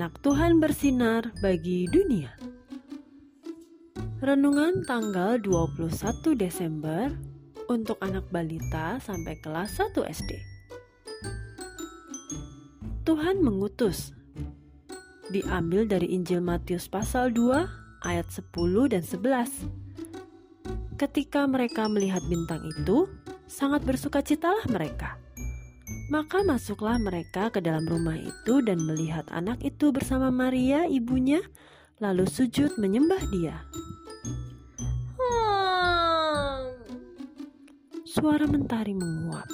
anak Tuhan bersinar bagi dunia. Renungan tanggal 21 Desember untuk anak balita sampai kelas 1 SD. Tuhan mengutus. Diambil dari Injil Matius pasal 2 ayat 10 dan 11. Ketika mereka melihat bintang itu, sangat bersukacitalah mereka. Maka masuklah mereka ke dalam rumah itu dan melihat anak itu bersama Maria ibunya, lalu sujud menyembah dia. Suara mentari menguap.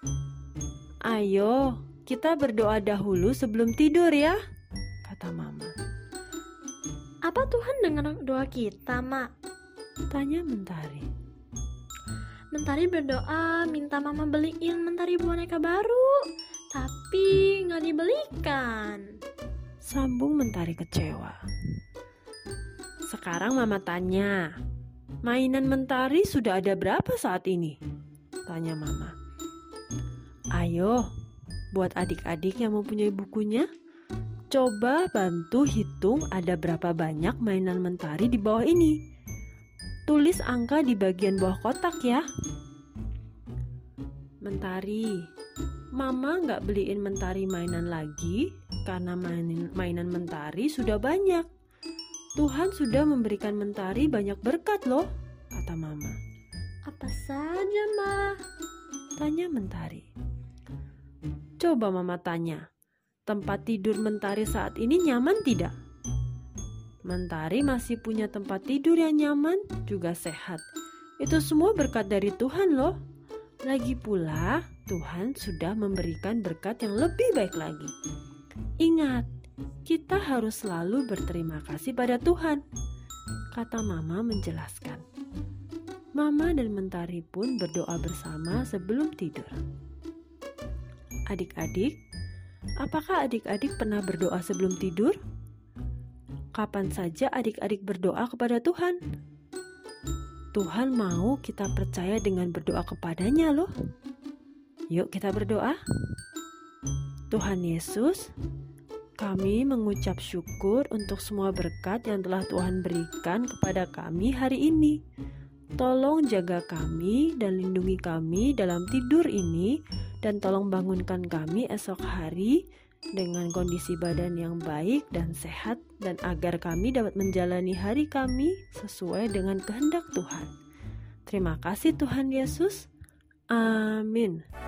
Ayo, kita berdoa dahulu sebelum tidur ya, kata Mama. Apa Tuhan dengar doa kita, Mak? Tanya mentari. Mentari berdoa minta Mama beliin Mentari boneka baru, tapi nggak dibelikan. Sambung mentari kecewa. Sekarang Mama tanya, mainan mentari sudah ada berapa saat ini? Tanya Mama. Ayo, buat adik-adik yang mempunyai bukunya, coba bantu hitung ada berapa banyak mainan mentari di bawah ini. Tulis angka di bagian bawah kotak ya. Mentari, Mama nggak beliin mentari mainan lagi karena mainan mentari sudah banyak. Tuhan sudah memberikan mentari banyak berkat loh, kata Mama. Apa saja, Ma? Tanya mentari. Coba Mama tanya, tempat tidur mentari saat ini nyaman tidak? Mentari masih punya tempat tidur yang nyaman, juga sehat. Itu semua berkat dari Tuhan loh. Lagi pula, Tuhan sudah memberikan berkat yang lebih baik lagi. Ingat, kita harus selalu berterima kasih pada Tuhan, kata Mama menjelaskan. Mama dan mentari pun berdoa bersama sebelum tidur. Adik-adik, apakah adik-adik pernah berdoa sebelum tidur? Kapan saja adik-adik berdoa kepada Tuhan. Tuhan mau kita percaya dengan berdoa kepadanya loh. Yuk kita berdoa. Tuhan Yesus, kami mengucap syukur untuk semua berkat yang telah Tuhan berikan kepada kami hari ini. Tolong jaga kami dan lindungi kami dalam tidur ini, dan tolong bangunkan kami esok hari dengan kondisi badan yang baik dan sehat, dan agar kami dapat menjalani hari kami sesuai dengan kehendak Tuhan. Terima kasih Tuhan Yesus. Amin.